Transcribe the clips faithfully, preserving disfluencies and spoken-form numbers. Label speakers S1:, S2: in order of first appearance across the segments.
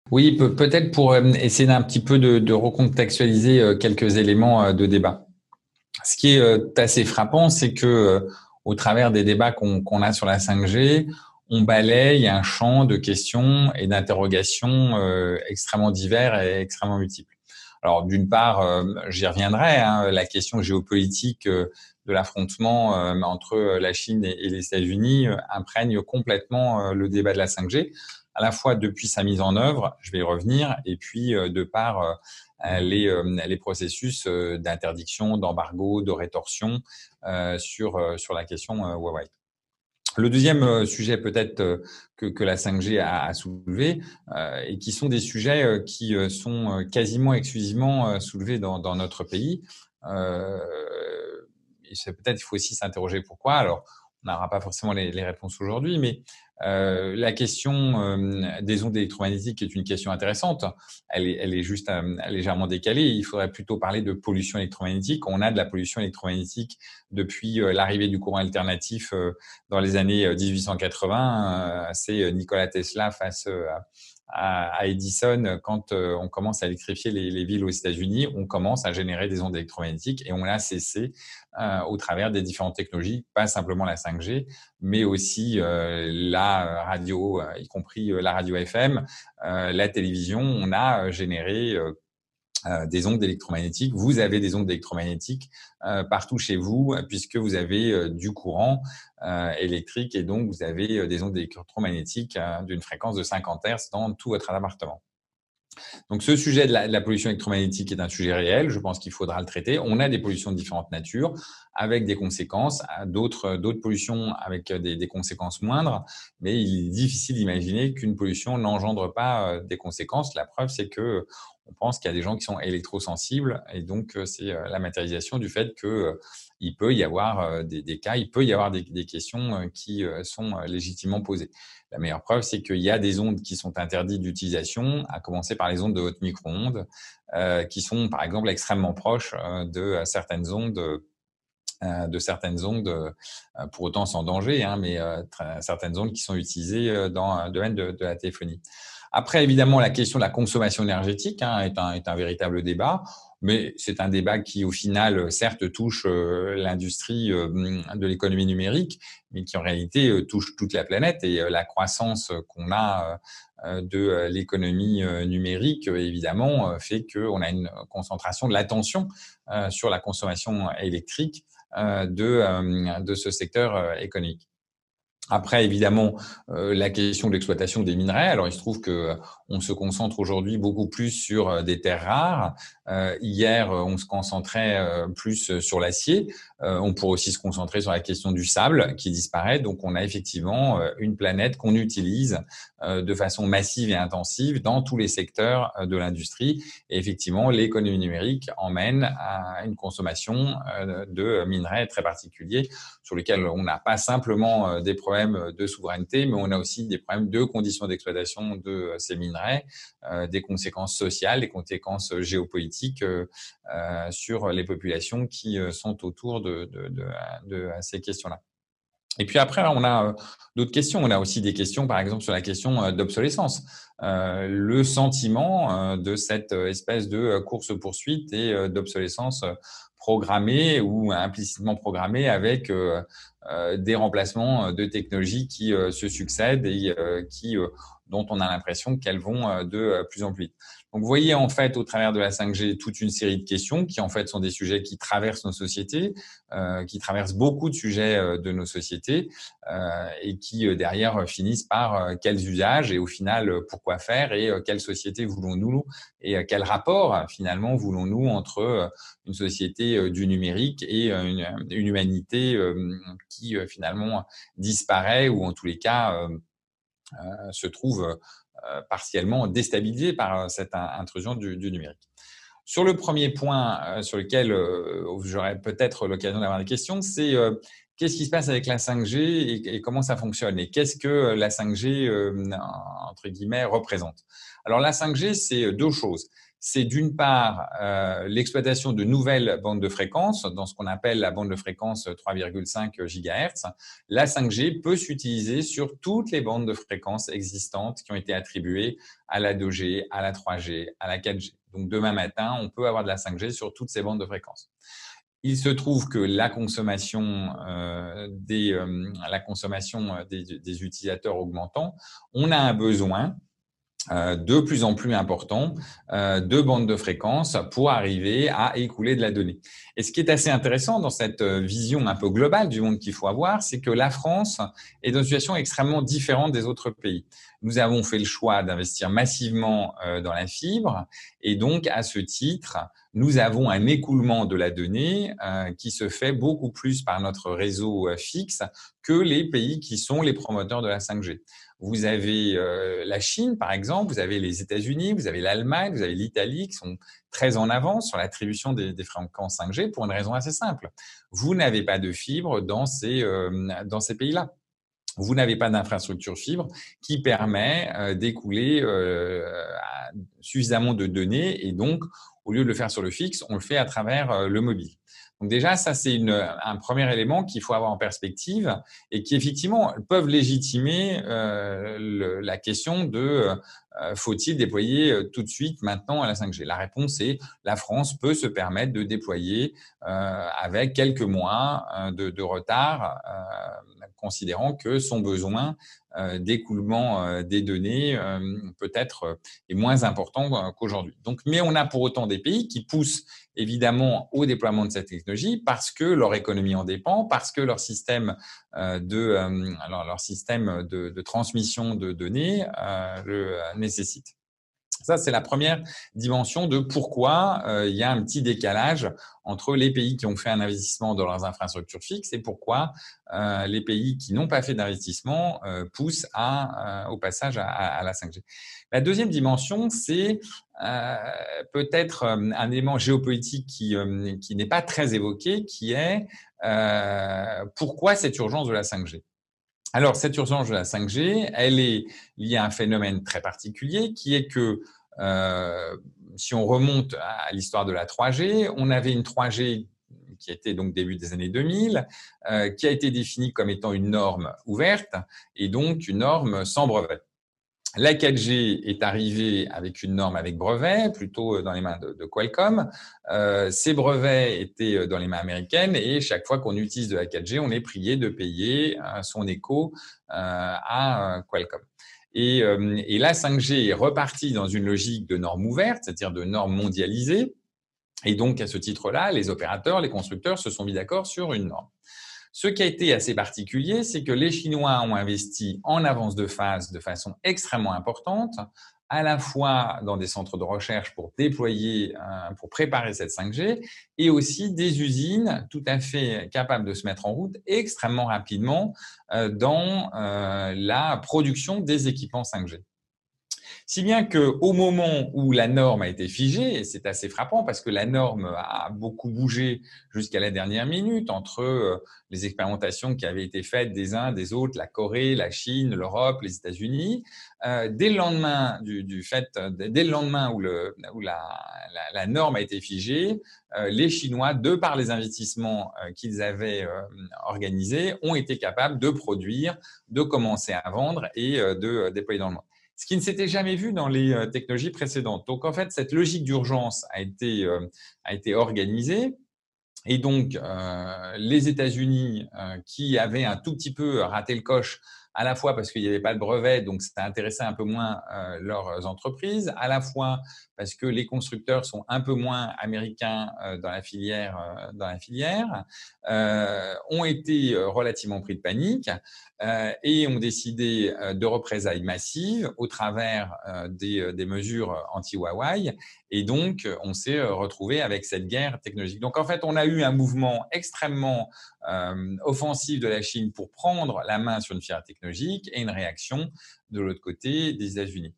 S1: Oui, peut- peut-être pour euh, essayer d'un petit peu de, de recontextualiser euh, quelques éléments euh, de débat. Ce qui est euh, assez frappant, c'est que euh, au travers des débats qu'on qu'on a sur la cinq G, on balaye un champ de questions et d'interrogations euh, extrêmement divers et extrêmement multiples. Alors, d'une part, euh, j'y reviendrai, hein, la question géopolitique euh, de l'affrontement euh, entre la Chine et, et les États-Unis euh, imprègne complètement euh, le débat de la cinq G, à la fois depuis sa mise en œuvre, je vais y revenir, et puis euh, de par euh, les, euh, les processus euh, d'interdiction, d'embargo, de rétorsion euh, sur, euh, sur la question euh, Huawei. Le deuxième euh, sujet peut-être euh, que, que la cinq G a, a soulevé, euh, et qui sont des sujets euh, qui euh, sont euh, quasiment exclusivement euh, soulevés dans, dans notre pays. Euh, et c'est peut-être il faut aussi s'interroger pourquoi. Alors, on n'aura pas forcément les, les réponses aujourd'hui, mais euh, la question euh, des ondes électromagnétiques est une question intéressante. Elle est, elle est juste euh, légèrement décalée. Il faudrait plutôt parler de pollution électromagnétique. On a de la pollution électromagnétique depuis euh, l'arrivée du courant alternatif euh, dans les années dix-huit cent quatre-vingts. Euh, c'est Nikola Tesla face euh, à, à Edison. Quand euh, on commence à électrifier les, les villes aux États-Unis, on commence à générer des ondes électromagnétiques et on l'a cessé euh, au travers des différentes technologies, pas simplement la cinq G, mais aussi euh, la radio, euh, y compris euh, la radio F M, euh, la télévision. On a généré euh, euh, des ondes électromagnétiques. Vous avez des ondes électromagnétiques euh, partout chez vous, puisque vous avez euh, du courant euh, électrique et donc vous avez euh, des ondes électromagnétiques euh, d'une fréquence de cinquante hertz dans tout votre appartement. Donc, ce sujet de la, de la pollution électromagnétique est un sujet réel. Je pense qu'il faudra le traiter. On a des pollutions de différentes natures avec des conséquences, d'autres, d'autres pollutions avec des, des conséquences moindres. Mais il est difficile d'imaginer qu'une pollution n'engendre pas euh, des conséquences. La preuve, c'est que on pense qu'il y a des gens qui sont électrosensibles et donc euh, c'est euh, la matérialisation du fait que euh, il peut y avoir euh, des, des cas, il peut y avoir des, des questions euh, qui euh, sont euh, légitimement posées. La meilleure preuve, c'est qu'il y a des ondes qui sont interdites d'utilisation, à commencer par les ondes de haute micro-ondes, euh, qui sont par exemple extrêmement proches euh, de certaines ondes, euh, de certaines ondes, euh, pour autant sans danger, hein, mais euh, certaines ondes qui sont utilisées euh, dans le domaine de, de la téléphonie. Après, évidemment, la question de la consommation énergétique hein, est, un, est un véritable débat, mais c'est un débat qui, au final, certes, touche euh, l'industrie euh, de l'économie numérique, mais qui, en réalité, euh, touche toute la planète. Et euh, la croissance qu'on a euh, de l'économie euh, numérique, euh, évidemment, euh, fait qu'on a une concentration de l'attention euh, sur la consommation électrique euh, de, euh, de ce secteur euh, économique. Après, évidemment, euh, la question de l'exploitation des minerais. Alors, il se trouve que euh, on se concentre aujourd'hui beaucoup plus sur euh, des terres rares. Euh, hier, euh, on se concentrait euh, plus sur l'acier. Euh, on pourrait aussi se concentrer sur la question du sable qui disparaît. Donc, on a effectivement euh, une planète qu'on utilise euh, de façon massive et intensive dans tous les secteurs euh, de l'industrie. Et effectivement, l'économie numérique emmène à une consommation euh, de minerais très particuliers sur lesquels on n'a pas simplement euh, des problèmes de souveraineté, mais on a aussi des problèmes de conditions d'exploitation de ces minerais, euh, des conséquences sociales, des conséquences géopolitiques euh, sur les populations qui sont autour de, de, de, de ces questions-là. Et puis après, on a d'autres questions. On a aussi des questions, par exemple, sur la question d'obsolescence. Euh, le sentiment de cette espèce de course-poursuite et d'obsolescence programmée ou implicitement programmée avec euh, euh, des remplacements de technologies qui euh, se succèdent et euh, qui, euh, dont on a l'impression qu'elles vont de plus en plus vite. Donc, vous voyez en fait au travers de la cinq G toute une série de questions qui en fait sont des sujets qui traversent nos sociétés, euh, qui traversent beaucoup de sujets euh, de nos sociétés euh, et qui euh, derrière euh, finissent par euh, quels usages et au final euh, pourquoi faire et euh, quelle société voulons-nous et euh, quel rapport euh, finalement voulons-nous entre euh, une société euh, du numérique et euh, une, une humanité euh, qui euh, finalement disparaît ou en tous les cas euh, euh, se trouve euh, partiellement déstabilisée par cette intrusion du, du numérique. Sur le premier point euh, sur lequel euh, j'aurais peut-être l'occasion d'avoir des questions, c'est euh, qu'est-ce qui se passe avec la cinq G et, et comment ça fonctionne et qu'est-ce que la cinq G, euh, entre guillemets, représente. Alors la cinq G, c'est deux choses. c'est d'une part euh, l'exploitation de nouvelles bandes de fréquences dans ce qu'on appelle la bande de fréquence trois virgule cinq gigahertz. La cinq G peut s'utiliser sur toutes les bandes de fréquences existantes qui ont été attribuées à la deux G, à la trois G, à la quatre G. Donc demain matin, on peut avoir de la cinq G sur toutes ces bandes de fréquences. Il se trouve que la consommation euh, des euh, la consommation des, des utilisateurs augmentant, on a un besoin euh, de plus en plus important euh, de bandes de fréquences pour arriver à écouler de la donnée. Et ce qui est assez intéressant dans cette vision un peu globale du monde qu'il faut avoir, c'est que la France est dans une situation extrêmement différente des autres pays. Nous avons fait le choix d'investir massivement euh, dans la fibre et donc à ce titre, nous avons un écoulement de la donnée euh, qui se fait beaucoup plus par notre réseau euh, fixe que les pays qui sont les promoteurs de la cinq G. Vous avez euh, la Chine, par exemple, vous avez les États-Unis, vous avez l'Allemagne, vous avez l'Italie qui sont très en avance sur l'attribution des, des fréquences cinq G pour une raison assez simple. Vous n'avez pas de fibre dans ces, euh, dans ces pays-là. Vous n'avez pas d'infrastructure fibre qui permet euh, d'écouler euh, suffisamment de données et donc, au lieu de le faire sur le fixe, on le fait à travers euh, le mobile. Donc déjà, ça, c'est une, un premier élément qu'il faut avoir en perspective et qui, effectivement, peuvent légitimer euh, le, la question de euh, faut-il déployer euh, tout de suite, maintenant, à la cinq G. La réponse est la France peut se permettre de déployer euh, avec quelques mois euh, de, de retard, euh, considérant que son besoin euh, d'écoulement euh, des données euh, peut-être euh, est moins important euh, qu'aujourd'hui. Donc, mais on a pour autant des pays qui poussent évidemment au déploiement de cette technologie parce que leur économie en dépend, parce que leur système euh, de euh, alors leur système de, de transmission de données euh, le euh, nécessite. Ça, c'est la première dimension de pourquoi euh, il y a un petit décalage entre les pays qui ont fait un investissement dans leurs infrastructures fixes et pourquoi euh, les pays qui n'ont pas fait d'investissement euh, poussent à, euh, au passage à, à la cinq G. La deuxième dimension, c'est euh, peut-être un élément géopolitique qui, euh, qui n'est pas très évoqué, qui est euh, pourquoi cette urgence de la cinq G. Alors, cette urgence de la cinq G, elle est liée à un phénomène très particulier qui est que euh, si on remonte à l'histoire de la trois G, on avait une trois G qui était donc début des années deux mille, euh, qui a été définie comme étant une norme ouverte et donc une norme sans brevet. La quatre G est arrivée avec une norme avec brevet, plutôt dans les mains de, de Qualcomm. Euh, ces brevets étaient dans les mains américaines et chaque fois qu'on utilise de la quatre G, on est prié de payer euh, son écho euh, à euh, Qualcomm. Et, euh, et la cinq G est repartie dans une logique de normes ouvertes, c'est-à-dire de normes mondialisées. Et donc, à ce titre-là, les opérateurs, les constructeurs se sont mis d'accord sur une norme. Ce qui a été assez particulier, c'est que les Chinois ont investi en avance de phase de façon extrêmement importante, à la fois dans des centres de recherche pour déployer, euh, pour préparer cette cinq G, et aussi des usines tout à fait capables de se mettre en route extrêmement rapidement euh, dans euh, la production des équipements cinq G. Si bien qu'au moment où la norme a été figée, et c'est assez frappant parce que la norme a beaucoup bougé jusqu'à la dernière minute entre les expérimentations qui avaient été faites des uns, des autres, la Corée, la Chine, l'Europe, les États-Unis, euh, dès le lendemain du, du fait, dès le lendemain où, le, où la, la, la norme a été figée, euh, les Chinois, de par les investissements euh, qu'ils avaient euh, organisés, ont été capables de produire, de commencer à vendre et euh, de déployer dans le monde. Ce qui ne s'était jamais vu dans les euh, technologies précédentes. Donc, en fait, cette logique d'urgence a été, euh, a été organisée. Et donc, euh, les États-Unis, euh, qui avaient un tout petit peu raté le coche, à la fois parce qu'il n'y avait pas de brevet, donc ça intéressait un peu moins euh, leurs entreprises, à la fois parce que les constructeurs sont un peu moins américains euh, dans la filière, euh, dans la filière, euh, ont été relativement pris de panique euh, et ont décidé euh, de représailles massives au travers euh, des, des mesures anti-Huawei. Et donc, on s'est retrouvé avec cette guerre technologique. Donc, en fait, on a eu un mouvement extrêmement euh, offensif de la Chine pour prendre la main sur une filière technologique et une réaction de l'autre côté des États-Unis.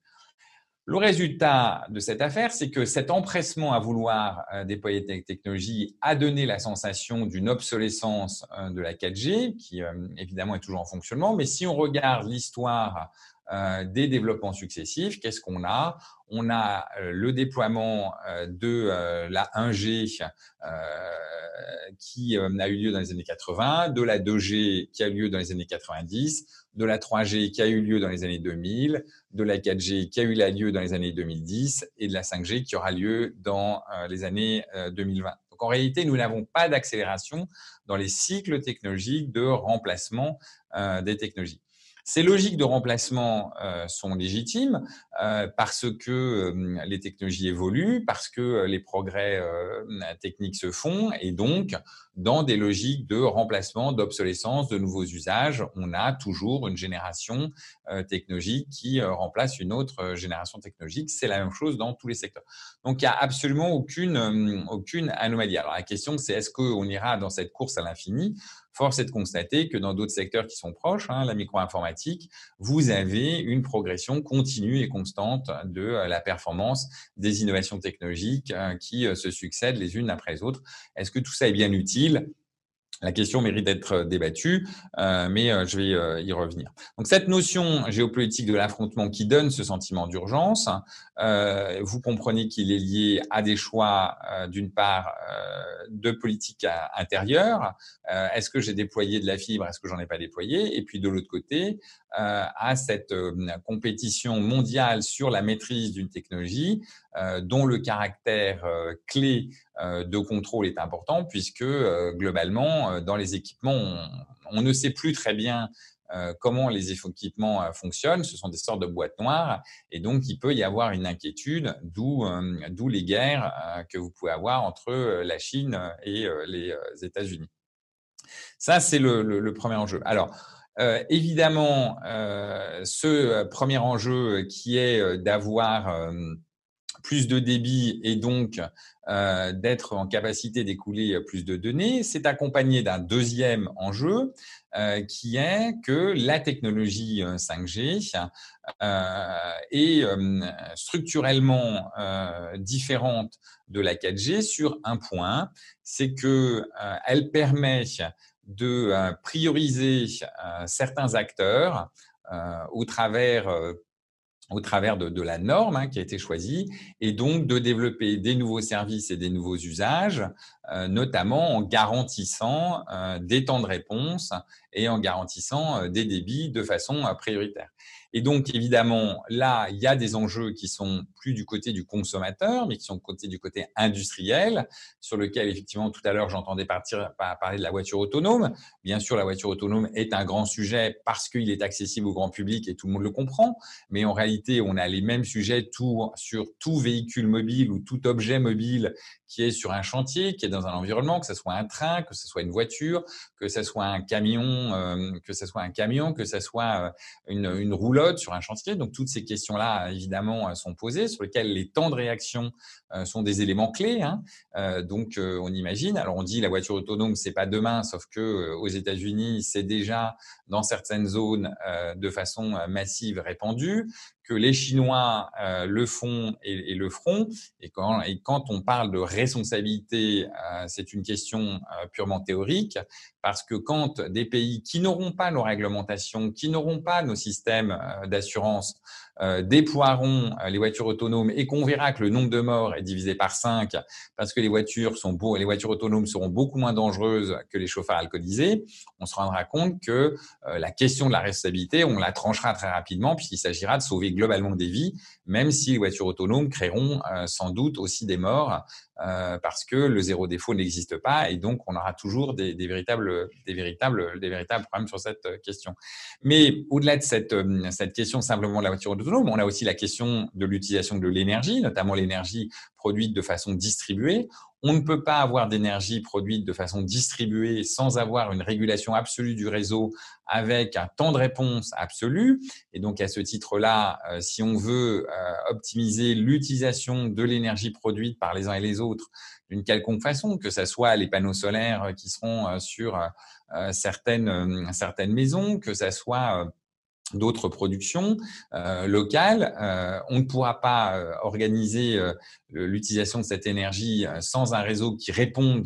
S1: Le résultat de cette affaire, c'est que cet empressement à vouloir euh, déployer des technologies a donné la sensation d'une obsolescence euh, de la quatre G, qui euh, évidemment est toujours en fonctionnement. Mais si on regarde l'histoire euh, des développements successifs, qu'est-ce qu'on a? On a euh, le déploiement euh, de euh, la un G euh, qui euh, a eu lieu dans les années quatre-vingts, de la deux G qui a eu lieu dans les années quatre-vingt-dix, de la trois G qui a eu lieu dans les années deux mille, de la quatre G qui a eu lieu dans les années deux mille dix et de la cinq G qui aura lieu dans euh, les années euh, deux mille vingt. Donc, en réalité, nous n'avons pas d'accélération dans les cycles technologiques de remplacement euh, des technologies. Ces logiques de remplacement euh, sont légitimes euh, parce que euh, les technologies évoluent, parce que les progrès euh, techniques se font et donc, dans des logiques de remplacement, d'obsolescence, de nouveaux usages, on a toujours une génération euh, technologique qui euh, remplace une autre génération technologique. C'est la même chose dans tous les secteurs. Donc, il n'y a absolument aucune, euh, aucune anomalie. Alors, la question, c'est est-ce qu'on ira dans cette course à l'infini? Force est de constater que dans d'autres secteurs qui sont proches, hein, la micro-informatique, vous avez une progression continue et constante de la performance des innovations technologiques euh, qui euh, se succèdent les unes après les autres. Est-ce que tout ça est bien utile? La question mérite d'être débattue, euh, mais euh, je vais euh, y revenir. Donc, cette notion géopolitique de l'affrontement qui donne ce sentiment d'urgence, euh, vous comprenez qu'il est lié à des choix, euh, d'une part, euh, de politique intérieure. Euh, est-ce que j'ai déployé de la fibre? Est-ce que j'en ai pas déployé? Et puis, de l'autre côté, euh, à cette euh, compétition mondiale sur la maîtrise d'une technologie euh, dont le caractère euh, clé euh, de contrôle est important puisque euh, globalement, euh, dans les équipements, on, on ne sait plus très bien euh, comment les équipements euh, fonctionnent. Ce sont des sortes de boîtes noires et donc il peut y avoir une inquiétude, d'où euh, d'où les guerres euh, que vous pouvez avoir entre euh, la Chine et euh, les euh, États-Unis. Ça, c'est le, le, le premier enjeu. Alors, Euh, évidemment, euh, ce premier enjeu qui est euh, d'avoir euh, plus de débit et donc euh, d'être en capacité d'écouler plus de données, c'est accompagné d'un deuxième enjeu euh, qui est que la technologie cinq G euh, est euh, structurellement euh, différente de la quatre G sur un point, c'est que euh, elle permet de euh, prioriser euh, certains acteurs euh, au travers euh, au travers de, de la norme hein, qui a été choisie, et donc de développer des nouveaux services et des nouveaux usages, euh, notamment en garantissant euh, des temps de réponse et en garantissant euh, des débits de façon euh, prioritaire. Et donc, évidemment, là, il y a des enjeux qui sont plus du côté du consommateur, mais qui sont du côté, du côté industriel, sur lequel, effectivement, tout à l'heure, j'entendais partir, parler de la voiture autonome. Bien sûr, la voiture autonome est un grand sujet parce qu'il est accessible au grand public et tout le monde le comprend. Mais en réalité, on a les mêmes sujets tout, sur tout véhicule mobile ou tout objet mobile qui est sur un chantier, qui est dans un environnement, que ce soit un train, que ce soit une voiture, que ce soit un camion, euh, que ce soit un camion, que ce soit une, une roulotte sur un chantier. Donc, toutes ces questions-là, évidemment, sont posées, sur lesquelles les temps de réaction euh, sont des éléments clés. Hein. Euh, donc, euh, on imagine. Alors, on dit la voiture autonome, c'est pas demain, sauf que euh, aux États-Unis, c'est déjà dans certaines zones euh, de façon massive répandue, que les Chinois euh, le font et, et le feront. Et quand, et quand on parle de responsabilité, euh, c'est une question euh, purement théorique, parce que quand des pays qui n'auront pas nos réglementations, qui n'auront pas nos systèmes euh, d'assurance, euh, déploieront euh, les voitures autonomes et qu'on verra que le nombre de morts est divisé par cinq parce que les voitures sont beau, les voitures autonomes seront beaucoup moins dangereuses que les chauffeurs alcoolisés, on se rendra compte que euh, la question de la responsabilité, on la tranchera très rapidement puisqu'il s'agira de sauver globalement des vies, même si les voitures autonomes créeront euh, sans doute aussi des morts euh, parce que le zéro défaut n'existe pas et donc on aura toujours des, des véritables, des véritables, des véritables problèmes sur cette question. Mais au-delà de cette, cette question simplement de la voiture autonome, on a aussi la question de l'utilisation de l'énergie, notamment l'énergie produite de façon distribuée. On ne peut pas avoir d'énergie produite de façon distribuée sans avoir une régulation absolue du réseau avec un temps de réponse absolu. Et donc, à ce titre-là, euh, si on veut euh, optimiser l'utilisation de l'énergie produite par les uns et les autres d'une quelconque façon, que ce soit les panneaux solaires qui seront euh, sur euh, certaines, euh, certaines maisons, que ce soit euh, d'autres productions euh, locales, euh, on ne pourra pas euh, organiser euh, l'utilisation de cette énergie euh, sans un réseau qui réponde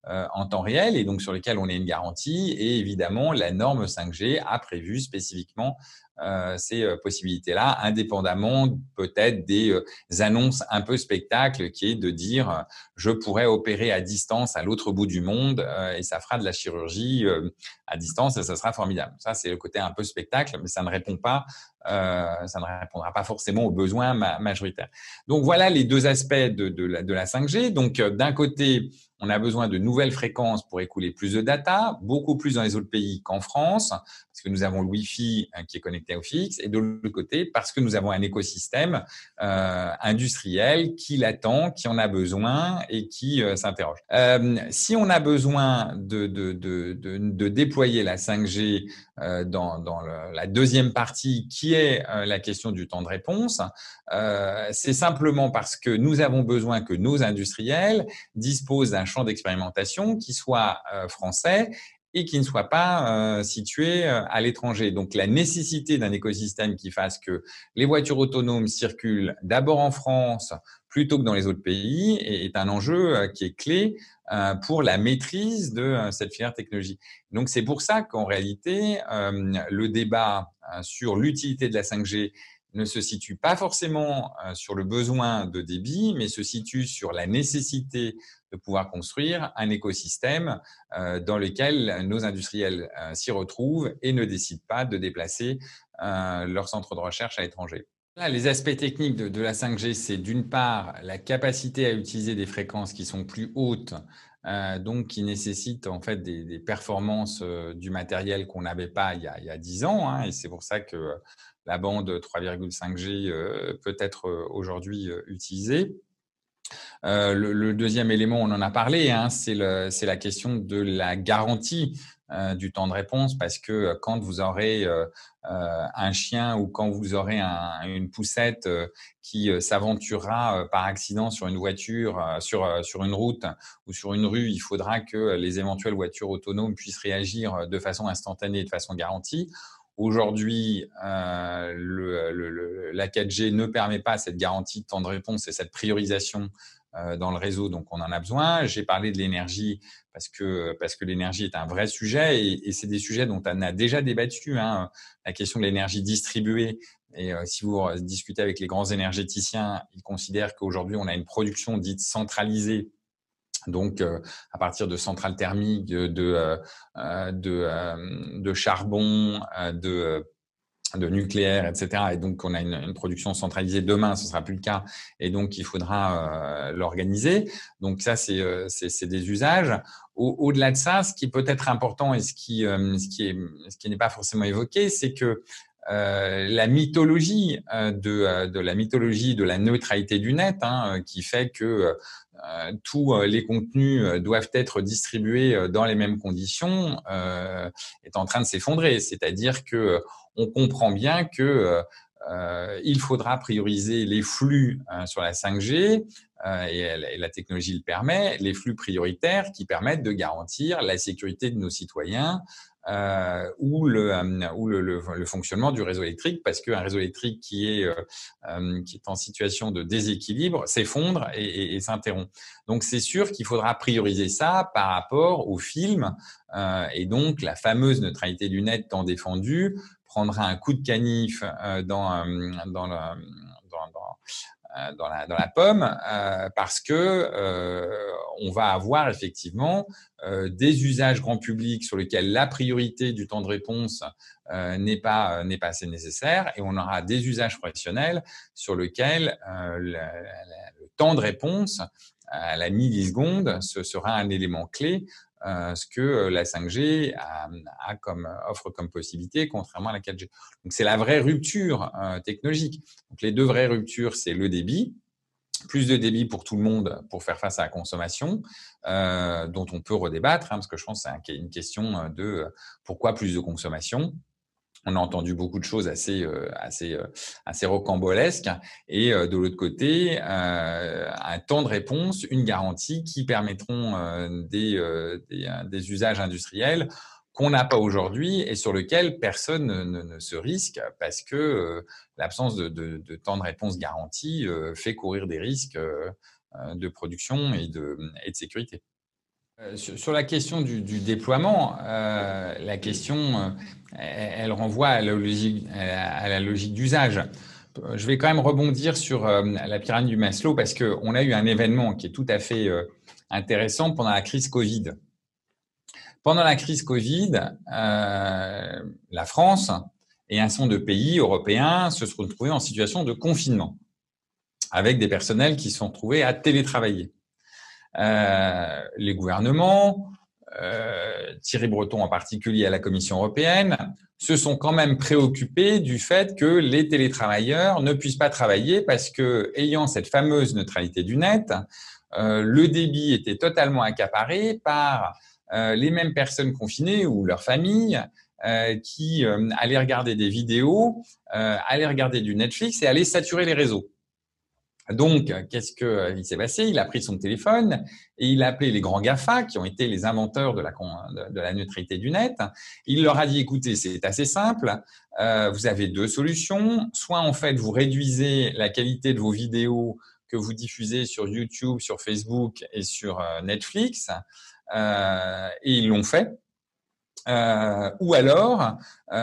S1: euh, en temps réel et donc sur lesquels on a une garantie. Et évidemment, la norme cinq G a prévu spécifiquement euh, ces euh, possibilités-là, indépendamment peut-être des euh, annonces un peu spectacle, qui est de dire euh, je pourrais opérer à distance à l'autre bout du monde euh, et ça fera de la chirurgie euh, à distance et ça sera formidable. Ça, c'est le côté un peu spectacle, mais ça ne répond pas, euh, ça ne répondra pas forcément aux besoins ma- majoritaires. Donc voilà les deux aspects de, de, la, de la cinq G. Donc euh, d'un côté, on a besoin de nouvelles fréquences pour écouler plus de data, beaucoup plus dans les autres pays qu'en France, parce que nous avons le Wi-Fi hein, qui est connecté au fixe, et de l'autre côté, parce que nous avons un écosystème euh, industriel qui l'attend, qui en a besoin et qui euh, s'interroge. Euh, si on a besoin de, de, de, de, de déployer la cinq G euh, dans, dans le, la deuxième partie, qui est euh, la question du temps de réponse, euh, c'est simplement parce que nous avons besoin que nos industriels disposent d'un champ d'expérimentation qui soit euh, français et qui ne soit pas euh, situé euh, à l'étranger. Donc, la nécessité d'un écosystème qui fasse que les voitures autonomes circulent d'abord en France plutôt que dans les autres pays est, est un enjeu euh, qui est clé euh, pour la maîtrise de euh, cette filière technologie. Donc, c'est pour ça qu'en réalité, euh, le débat euh, sur l'utilité de la cinq G ne se situe pas forcément euh, sur le besoin de débit, mais se situe sur la nécessité de pouvoir construire un écosystème euh, dans lequel nos industriels euh, s'y retrouvent et ne décident pas de déplacer euh, leur centre de recherche à l'étranger. Là, les aspects techniques de, de la cinq G, c'est d'une part la capacité à utiliser des fréquences qui sont plus hautes, euh, donc qui nécessitent en fait des, des performances euh, du matériel qu'on n'avait pas il y a, il y a dix ans, hein, et c'est pour ça que la bande trois virgule cinq G euh, peut être euh, aujourd'hui euh, utilisée. Euh, le, le, deuxième élément, on en a parlé, hein, c'est la question de la garantie euh, du temps de réponse, parce que quand vous aurez euh, euh, un chien ou quand vous aurez un, une poussette euh, qui euh, s'aventurera euh, par accident sur une voiture, euh, sur, euh, sur une route ou sur une rue, il faudra que les éventuelles voitures autonomes puissent réagir de façon instantanée et de façon garantie. Aujourd'hui, euh, le, le, la quatre G ne permet pas cette garantie de temps de réponse et cette priorisation euh, dans le réseau, donc on en a besoin. J'ai parlé de l'énergie parce que parce que l'énergie est un vrai sujet et, et c'est des sujets dont on a déjà débattu. Hein, la question de l'énergie distribuée. Et euh, si vous discutez avec les grands énergéticiens, ils considèrent qu'aujourd'hui on a une production dite centralisée. Donc, euh, à partir de centrales thermiques, de, de, euh, de, euh, de charbon, euh, de, de nucléaire, et cetera. Et donc, on a une, une production centralisée. Demain, ce sera plus le cas. Et donc, il faudra euh, l'organiser. Donc, ça, c'est, euh, c'est, c'est des usages. Au, au-delà de ça, ce qui peut être important et ce qui, euh, ce qui est, ce qui n'est pas forcément évoqué, c'est que euh, la mythologie euh, de, euh, de la mythologie de la neutralité du net, hein, qui fait que euh, tous les contenus doivent être distribués dans les mêmes conditions, euh, est en train de s'effondrer. C'est-à-dire que on comprend bien que euh, il faudra prioriser les flux euh, sur la cinq G euh, et, et la technologie le permet, les flux prioritaires qui permettent de garantir la sécurité de nos citoyens. Euh, ou le, euh, ou le, le, le fonctionnement du réseau électrique, parce qu'un réseau électrique qui est, euh, qui est en situation de déséquilibre s'effondre et, et, et s'interrompt. Donc c'est sûr qu'il faudra prioriser ça par rapport au film, euh, et donc la fameuse neutralité du net tant défendue prendra un coup de canif euh, dans, euh, dans, le, dans, dans dans la, dans la pomme euh, parce que euh, on va avoir effectivement euh, des usages grand public sur lesquels la priorité du temps de réponse euh, n'est pas n'est pas assez nécessaire et on aura des usages professionnels sur lesquels euh, le, le temps de réponse à la milliseconde ce sera un élément clé. Euh, ce que la cinq G a, a comme offre comme possibilité, contrairement à la quatre G. Donc c'est la vraie rupture euh, technologique. Donc les deux vraies ruptures, c'est le débit, plus de débit pour tout le monde pour faire face à la consommation, euh, dont on peut redébattre, hein, parce que je pense que c'est une question de pourquoi plus de consommation. On a entendu beaucoup de choses assez, euh, assez, euh, assez rocambolesques. Et euh, de l'autre côté, euh, un temps de réponse, une garantie qui permettront euh, des, euh, des, des usages industriels qu'on n'a pas aujourd'hui et sur lequel personne ne, ne, ne se risque parce que euh, l'absence de, de, de temps de réponse garanti euh, fait courir des risques euh, de production et de, et de sécurité. Euh, sur, sur la question du, du déploiement, euh, la question, euh, elle, elle renvoie à la logique, à la logique d'usage. Je vais quand même rebondir sur euh, la pyramide du Maslow parce qu'on a eu un événement qui est tout à fait euh, intéressant pendant la crise Covid. Pendant la crise Covid, euh, la France et un certain nombre de pays européens se sont retrouvés en situation de confinement, avec des personnels qui se sont retrouvés à télétravailler. Euh, les gouvernements, euh, Thierry Breton en particulier à la Commission européenne, se sont quand même préoccupés du fait que les télétravailleurs ne puissent pas travailler parce que, ayant cette fameuse neutralité du net, euh, le débit était totalement accaparé par euh, les mêmes personnes confinées ou leurs familles euh, qui euh, allaient regarder des vidéos, euh, allaient regarder du Netflix et allaient saturer les réseaux. Donc, qu'est-ce qu'il s'est passé? Il a pris son téléphone et il a appelé les grands GAFA, qui ont été les inventeurs de la, de la neutralité du net. Il leur a dit, écoutez, c'est assez simple, euh, vous avez deux solutions. Soit, en fait, vous réduisez la qualité de vos vidéos que vous diffusez sur YouTube, sur Facebook et sur euh, Netflix, euh, et ils l'ont fait. Euh, ou alors,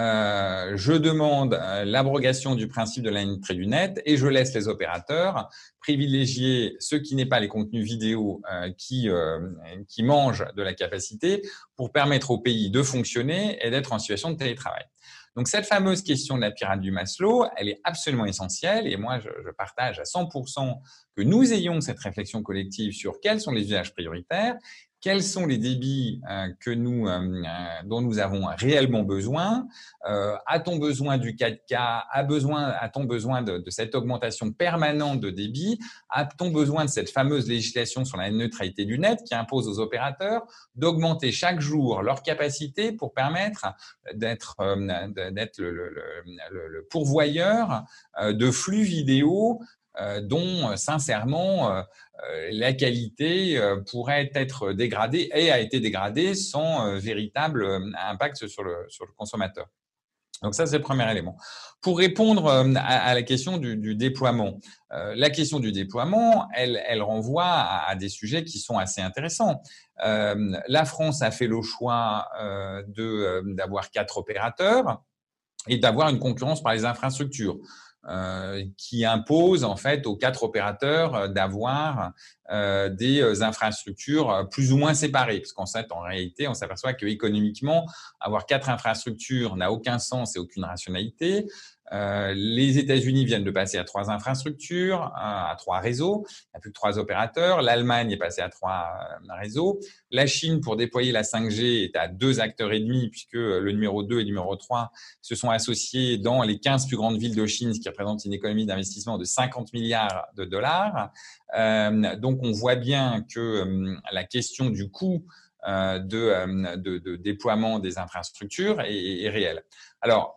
S1: euh, je demande l'abrogation du principe de la neutralité du net et je laisse les opérateurs privilégier ce qui n'est pas les contenus vidéo euh, qui, euh, qui mangent de la capacité pour permettre au pays de fonctionner et d'être en situation de télétravail. Donc, cette fameuse question de la pyramide du Maslow, elle est absolument essentielle et moi, je, je partage à cent pour cent que nous ayons cette réflexion collective sur quels sont les usages prioritaires, quels sont les débits euh, que nous, euh, dont nous avons réellement besoin. Euh, a-t-on besoin du quatre K? A besoin, a-t-on besoin de, de cette augmentation permanente de débit? A-t-on besoin de cette fameuse législation sur la neutralité du net qui impose aux opérateurs d'augmenter chaque jour leur capacité pour permettre d'être, euh, d'être le, le, le, le pourvoyeur euh, de flux vidéo euh, dont, sincèrement, euh, la qualité euh, pourrait être dégradée et a été dégradée sans euh, véritable euh, impact sur le, sur le consommateur. Donc ça, c'est le premier élément. Pour répondre à, à la question du, du déploiement, euh, la question du déploiement, elle, elle renvoie à, à des sujets qui sont assez intéressants. Euh, la France a fait le choix euh, de, euh, d'avoir quatre opérateurs et d'avoir une concurrence par les infrastructures. Euh, qui impose en fait aux quatre opérateurs d'avoir euh, des infrastructures plus ou moins séparées, parce qu'en fait, en réalité, on s'aperçoit que économiquement, avoir quatre infrastructures n'a aucun sens et aucune rationalité. Euh, les États-Unis viennent de passer à trois infrastructures, à trois réseaux. Il n'y a plus que trois opérateurs. L'Allemagne est passée à trois réseaux. La Chine, pour déployer la cinq G, est à deux acteurs et demi, puisque le numéro deux et le numéro trois se sont associés dans les quinze plus grandes villes de Chine, ce qui représente une économie d'investissement de cinquante milliards de dollars. Euh, donc, on voit bien que euh, la question du coût euh, de, euh, de, de déploiement des infrastructures est, est réelle. Alors,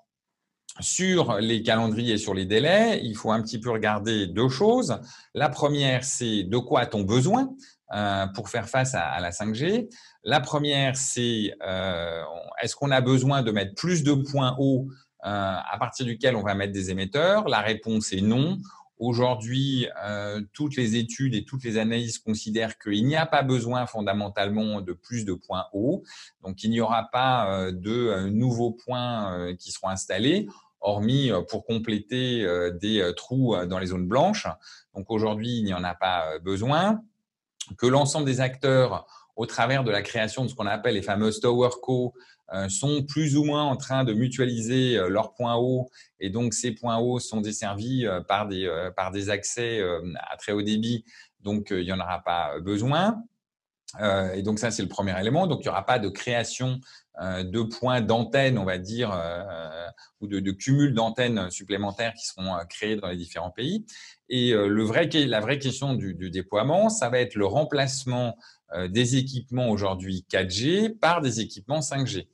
S1: sur les calendriers et sur les délais, il faut un petit peu regarder deux choses. La première, c'est de quoi a-t-on besoin euh, pour faire face à, à la cinq G. La première, c'est euh, est-ce qu'on a besoin de mettre plus de points hauts euh, à partir duquel on va mettre des émetteurs? La réponse est non. Aujourd'hui, euh, toutes les études et toutes les analyses considèrent qu'il n'y a pas besoin fondamentalement de plus de points hauts. Donc, il n'y aura pas euh, de euh, nouveaux points euh, qui seront installés, hormis pour compléter euh, des euh, trous dans les zones blanches. Donc, aujourd'hui, il n'y en a pas euh, besoin. Que l'ensemble des acteurs, au travers de la création de ce qu'on appelle les fameuses Tower Co, euh, sont plus ou moins en train de mutualiser euh, leurs points hauts et donc ces points hauts sont desservis euh, par des euh, par des accès euh, à très haut débit, donc euh, il n'y en aura pas besoin. Euh, et donc ça, c'est le premier élément. Donc il n'y aura pas de création euh, de points d'antenne, on va dire, euh, ou de, de cumul d'antennes supplémentaires qui seront euh, créés dans les différents pays. Et euh, le vrai, la vraie question du, du déploiement, ça va être le remplacement euh, des équipements aujourd'hui quatre G par des équipements cinq G.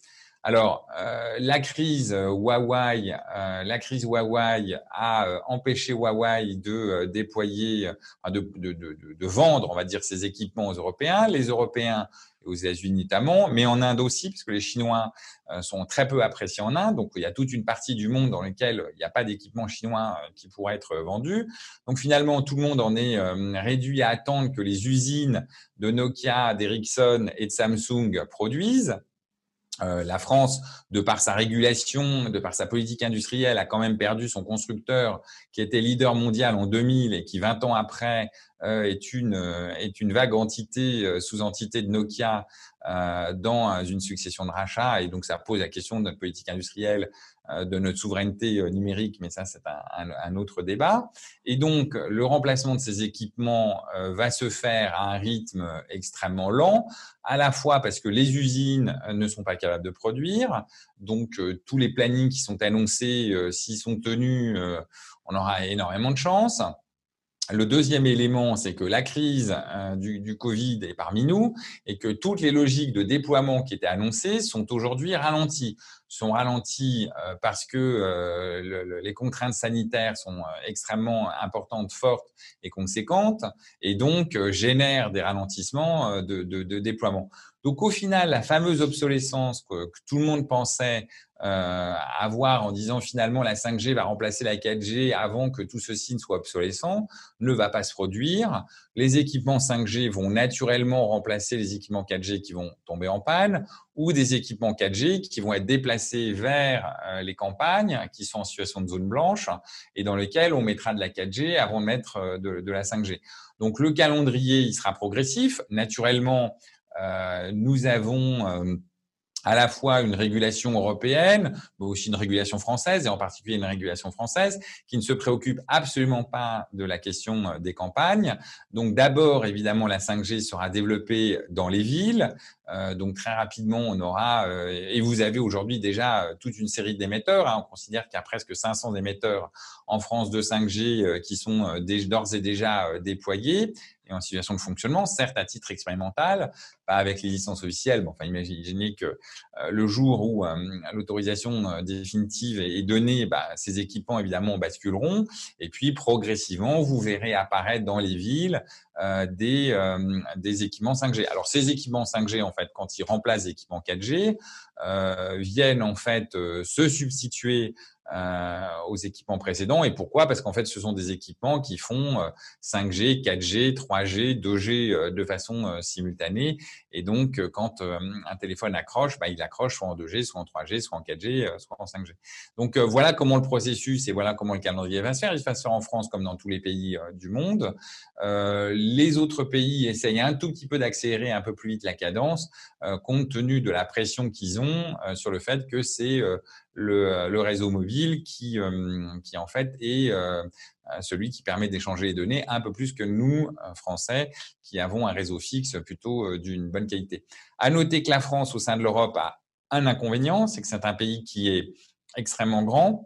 S1: Alors, euh, la crise Huawei, euh, la crise Huawei a euh, empêché Huawei de euh, déployer, euh, de, de, de, de vendre, on va dire, ses équipements aux Européens. Les Européens, aux États-Unis notamment, mais en Inde aussi, puisque les Chinois euh, sont très peu appréciés en Inde. Donc, il y a toute une partie du monde dans laquelle il n'y a pas d'équipement chinois euh, qui pourrait être vendu. Donc, finalement, tout le monde en est euh, réduit à attendre que les usines de Nokia, d'Ericsson et de Samsung produisent. Euh, la France, de par sa régulation, de par sa politique industrielle, a quand même perdu son constructeur qui était leader mondial en deux mille et qui, vingt ans après, euh, est une euh, est une vague entité, euh, sous-entité de Nokia euh, dans une succession de rachats. Et donc, ça pose la question de notre politique industrielle, euh, de notre souveraineté euh, numérique, mais ça, c'est un, un, un autre débat. Et donc, le remplacement de ces équipements euh, va se faire à un rythme extrêmement lent, à la fois parce que les usines ne sont pas capables de produire, donc euh, tous les plannings qui sont annoncés, euh, s'ils sont tenus, euh, on aura énormément de chance. Le deuxième élément, c'est que la crise euh, du, du Covid est parmi nous et que toutes les logiques de déploiement qui étaient annoncées sont aujourd'hui ralenties. Sont ralenties euh, parce que euh, le, le, les contraintes sanitaires sont euh, extrêmement importantes, fortes et conséquentes, et donc euh, génèrent des ralentissements euh, de, de, de déploiement. Donc au final, la fameuse obsolescence que, que tout le monde pensait euh, avoir en disant finalement la cinq G va remplacer la quatre G avant que tout ceci ne soit obsolescent, ne va pas se produire. Les équipements cinq G vont naturellement remplacer les équipements quatre G qui vont tomber en panne, ou des équipements quatre G qui vont être déplacés vers euh, les campagnes qui sont en situation de zone blanche et dans lesquelles on mettra de la quatre G avant de mettre euh, de, de la cinq G. Donc le calendrier, il sera progressif. Naturellement, euh, nous avons euh, à la fois une régulation européenne, mais aussi une régulation française, et en particulier une régulation française qui ne se préoccupe absolument pas de la question des campagnes. Donc d'abord, évidemment, la cinq G sera développée dans les villes. Euh, donc très rapidement, on aura, euh, et vous avez aujourd'hui déjà toute une série d'émetteurs. Hein, on considère qu'il y a presque cinq cents émetteurs en France de cinq G euh, qui sont euh, d'ores et déjà euh, déployés et en situation de fonctionnement, certes à titre expérimental, pas avec les licences officielles. Bon, enfin, imaginez que euh, le jour où euh, l'autorisation euh, définitive est, est donnée, bah, ces équipements évidemment basculeront, et puis progressivement, vous verrez apparaître dans les villes euh, des euh, des équipements cinq G. Alors ces équipements cinq G, en fait, quand ils remplacent les équipements quatre G, euh, viennent en fait euh, se substituer Euh, aux équipements précédents. Et pourquoi? Parce qu'en fait, ce sont des équipements qui font euh, cinq G, quatre G, trois G, deux G euh, de façon euh, simultanée. Et donc, euh, quand euh, un téléphone accroche, bah, il accroche soit en deux G, soit en trois G, soit en quatre G, euh, soit en cinq G. Donc, euh, voilà comment le processus et voilà comment le calendrier va se faire. Il va se faire en France comme dans tous les pays euh, du monde. Euh, les autres pays essayent un tout petit peu d'accélérer un peu plus vite la cadence, euh, compte tenu de la pression qu'ils ont euh, sur le fait que c'est euh, le, le réseau mobile qui, euh, qui en fait est euh, celui qui permet d'échanger les données un peu plus que nous, Français, qui avons un réseau fixe plutôt euh, d'une bonne qualité. À noter que la France, au sein de l'Europe, a un inconvénient, c'est que c'est un pays qui est extrêmement grand,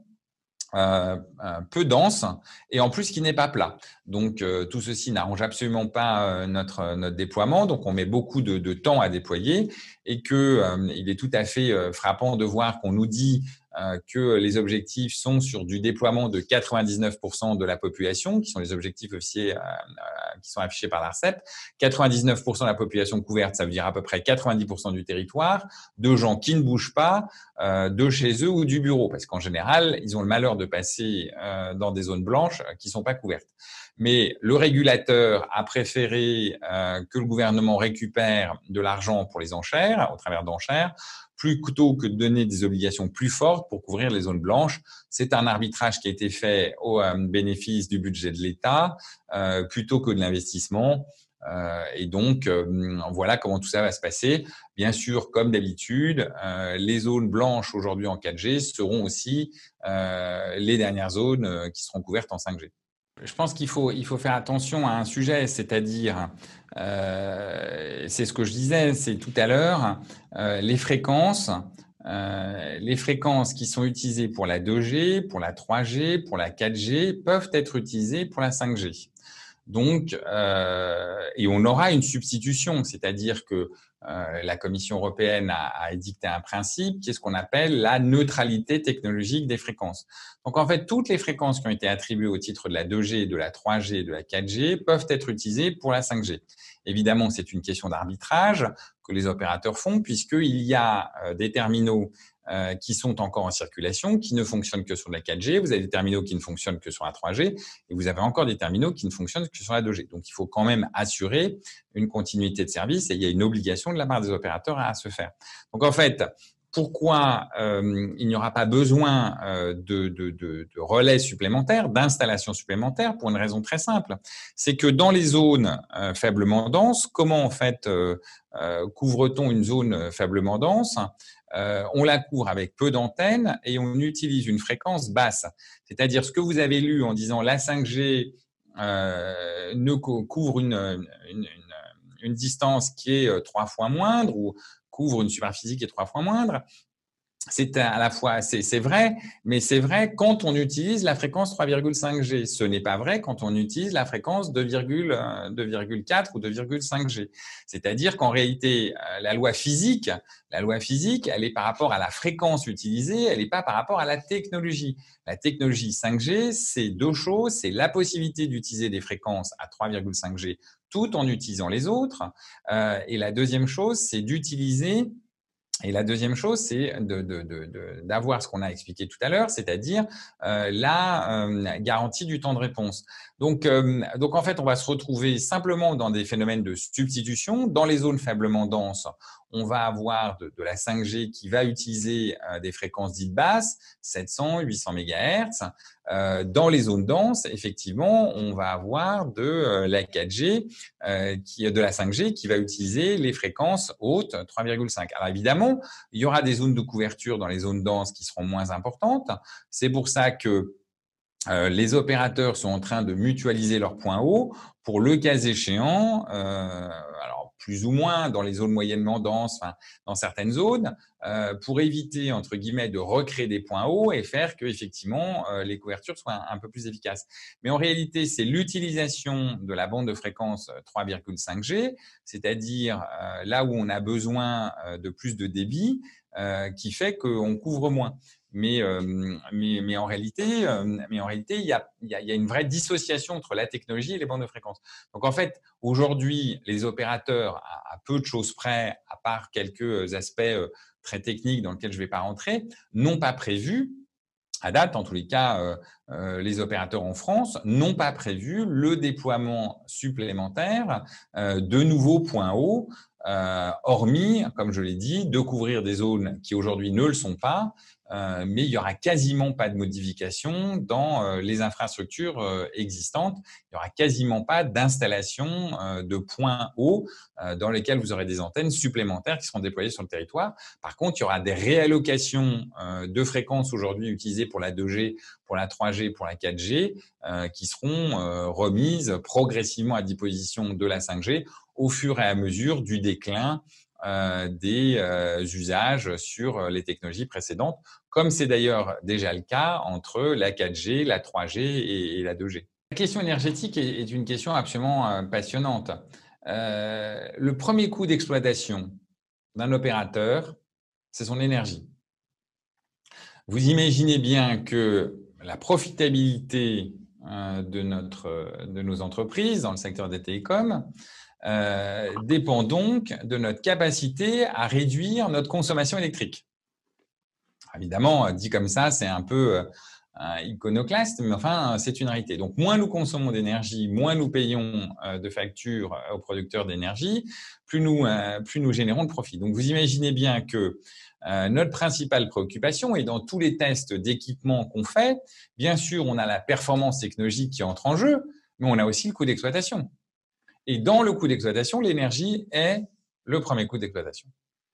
S1: Euh, peu dense et en plus qui n'est pas plat. Donc euh, tout ceci n'arrange absolument pas euh, notre notre déploiement. Donc on met beaucoup de, de temps à déployer et que euh, il est tout à fait euh, frappant de voir qu'on nous dit euh, que les objectifs sont sur du déploiement de quatre-vingt-dix-neuf pour cent de la population, qui sont les objectifs officiels euh, euh, qui sont affichés par l'ARCEP. quatre-vingt-dix-neuf pour cent de la population couverte, ça veut dire à peu près quatre-vingt-dix pour cent du territoire, de gens qui ne bougent pas euh, de chez eux ou du bureau, parce qu'en général, ils ont le malheur de passer euh, dans des zones blanches euh, qui sont pas couvertes. Mais le régulateur a préféré euh, que le gouvernement récupère de l'argent pour les enchères, au travers d'enchères, plutôt que de donner des obligations plus fortes pour couvrir les zones blanches. C'est un arbitrage qui a été fait au euh, bénéfice du budget de l'État euh, plutôt que de l'investissement. Euh, et donc, euh, voilà comment tout ça va se passer. Bien sûr, comme d'habitude, euh, les zones blanches aujourd'hui en quatre G seront aussi euh, les dernières zones euh, qui seront couvertes en cinq G. Je pense qu'il faut, il faut faire attention à un sujet, c'est-à-dire, euh, c'est ce que je disais, c'est tout à l'heure, euh, les fréquences, euh, les fréquences qui sont utilisées pour la deux G, pour la trois G, pour la quatre G, peuvent être utilisées pour la cinq G. Donc, euh, et on aura une substitution, c'est-à-dire que euh, la Commission européenne a, a édicté un principe qui est ce qu'on appelle la neutralité technologique des fréquences. Donc, en fait, toutes les fréquences qui ont été attribuées au titre de la deux G, de la trois G, de la quatre G peuvent être utilisées pour la cinq G. Évidemment, c'est une question d'arbitrage que les opérateurs font, puisqu'il y a euh, des terminaux euh, qui sont encore en circulation, qui ne fonctionnent que sur la quatre G. Vous avez des terminaux qui ne fonctionnent que sur la trois G, et vous avez encore des terminaux qui ne fonctionnent que sur la deux G. Donc, il faut quand même assurer une continuité de service, et il y a une obligation de la part des opérateurs à se faire. Donc, en fait, pourquoi euh, il n'y aura pas besoin euh, de, de, de, de relais supplémentaires, d'installations supplémentaires, pour une raison très simple, c'est que dans les zones euh, faiblement denses, comment en fait euh, euh, couvre-t-on une zone faiblement dense? Euh, on la couvre avec peu d'antennes et on utilise une fréquence basse. C'est-à-dire ce que vous avez lu en disant la cinq G euh, ne co- couvre une, une, une, une distance qui est trois fois moindre ou couvre une superficie qui est trois fois moindre. C'est à la fois, c'est vrai, mais c'est vrai quand on utilise la fréquence trois virgule cinq G. Ce n'est pas vrai quand on utilise la fréquence deux virgule quatre ou deux virgule cinq G. C'est-à-dire qu'en réalité, la loi physique, la loi physique, elle est par rapport à la fréquence utilisée, elle n'est pas par rapport à la technologie. La technologie cinq G, c'est deux choses, c'est la possibilité d'utiliser des fréquences à trois virgule cinq G tout en utilisant les autres. Euh, et la deuxième chose, c'est d'utiliser Et la deuxième chose, c'est de, de, de, de, d'avoir ce qu'on a expliqué tout à l'heure, c'est-à-dire euh, la euh, garantie du temps de réponse. Donc, euh, donc, en fait, on va se retrouver simplement dans des phénomènes de substitution. Dans les zones faiblement denses, on va avoir de, de la cinq G qui va utiliser euh, des fréquences dites basses, sept cents, huit cents mégahertz. Euh, dans les zones denses, effectivement, on va avoir de euh, la quatre G, euh, qui, de la cinq G qui va utiliser les fréquences hautes, trois virgule cinq. Alors évidemment, il y aura des zones de couverture dans les zones denses qui seront moins importantes. C'est pour ça que euh, les opérateurs sont en train de mutualiser leurs points hauts pour le cas échéant, euh, alors plus ou moins dans les zones moyennement denses, enfin, dans certaines zones, euh, pour éviter entre guillemets de recréer des points hauts et faire que effectivement euh, les couvertures soient un, un peu plus efficaces. Mais en réalité, c'est l'utilisation de la bande de fréquence trois virgule cinq G, c'est-à-dire euh, là où on a besoin euh, de plus de débit, euh, qui fait qu'on couvre moins. Mais, euh, mais, mais, en réalité, euh, mais en réalité, il y a, il y a, il y a une vraie dissociation entre la technologie et les bandes de fréquence. Donc, en fait, aujourd'hui, les opérateurs, à, à peu de choses près, à part quelques aspects euh, très techniques dans lesquels je ne vais pas rentrer, n'ont pas prévu, à date, en tous les cas, euh, euh, les opérateurs en France n'ont pas prévu le déploiement supplémentaire euh, de nouveaux points hauts, euh, hormis, comme je l'ai dit, de couvrir des zones qui aujourd'hui ne le sont pas, euh, mais il y aura quasiment pas de modification dans euh, les infrastructures euh, existantes. Il y aura quasiment pas d'installation euh, de points hauts euh, dans lesquels vous aurez des antennes supplémentaires qui seront déployées sur le territoire. Par contre, il y aura des réallocations euh, de fréquences aujourd'hui utilisées pour la deux G, pour la trois G, pour la quatre G, euh, qui seront euh, remises progressivement à disposition de la cinq G au fur et à mesure du déclin euh, des euh, usages sur les technologies précédentes, comme c'est d'ailleurs déjà le cas entre la quatre G, la trois G et, et la deux G. La question énergétique est, est une question absolument euh, passionnante. Euh, le premier coût d'exploitation d'un opérateur, c'est son énergie. Vous imaginez bien que la profitabilité euh, de, notre, de nos entreprises dans le secteur des télécoms euh, dépend donc de notre capacité à réduire notre consommation électrique. Évidemment, dit comme ça, c'est un peu euh, iconoclaste, mais enfin, c'est une réalité. Donc, moins nous consommons d'énergie, moins nous payons euh, de factures aux producteurs d'énergie, plus nous, euh, plus nous générons de profit. Donc, vous imaginez bien que euh, notre principale préoccupation, et dans tous les tests d'équipement qu'on fait, bien sûr, on a la performance technologique qui entre en jeu, mais on a aussi le coût d'exploitation. Et dans le coût d'exploitation, l'énergie est le premier coût d'exploitation.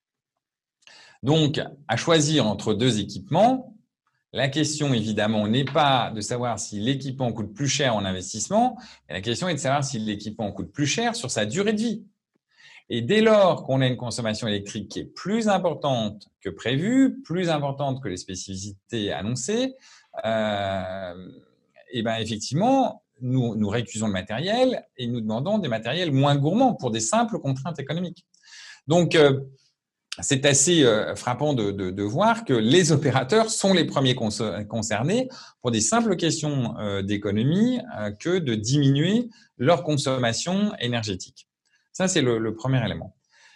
S1: Donc, à choisir entre deux équipements, la question, évidemment, n'est pas de savoir si l'équipement coûte plus cher en investissement, mais la question est de savoir si l'équipement coûte plus cher sur sa durée de vie. Et dès lors qu'on a une consommation électrique qui est plus importante que prévu, plus importante que les spécificités annoncées, euh, et ben effectivement, nous, nous récusons le matériel et nous demandons des matériels moins gourmands pour des simples contraintes économiques. Donc, euh, c'est assez euh, frappant de, de, de voir que les opérateurs sont les premiers concernés pour des simples questions euh, d'économie euh, que de diminuer leur consommation énergétique. Ça, c'est le, le premier élément.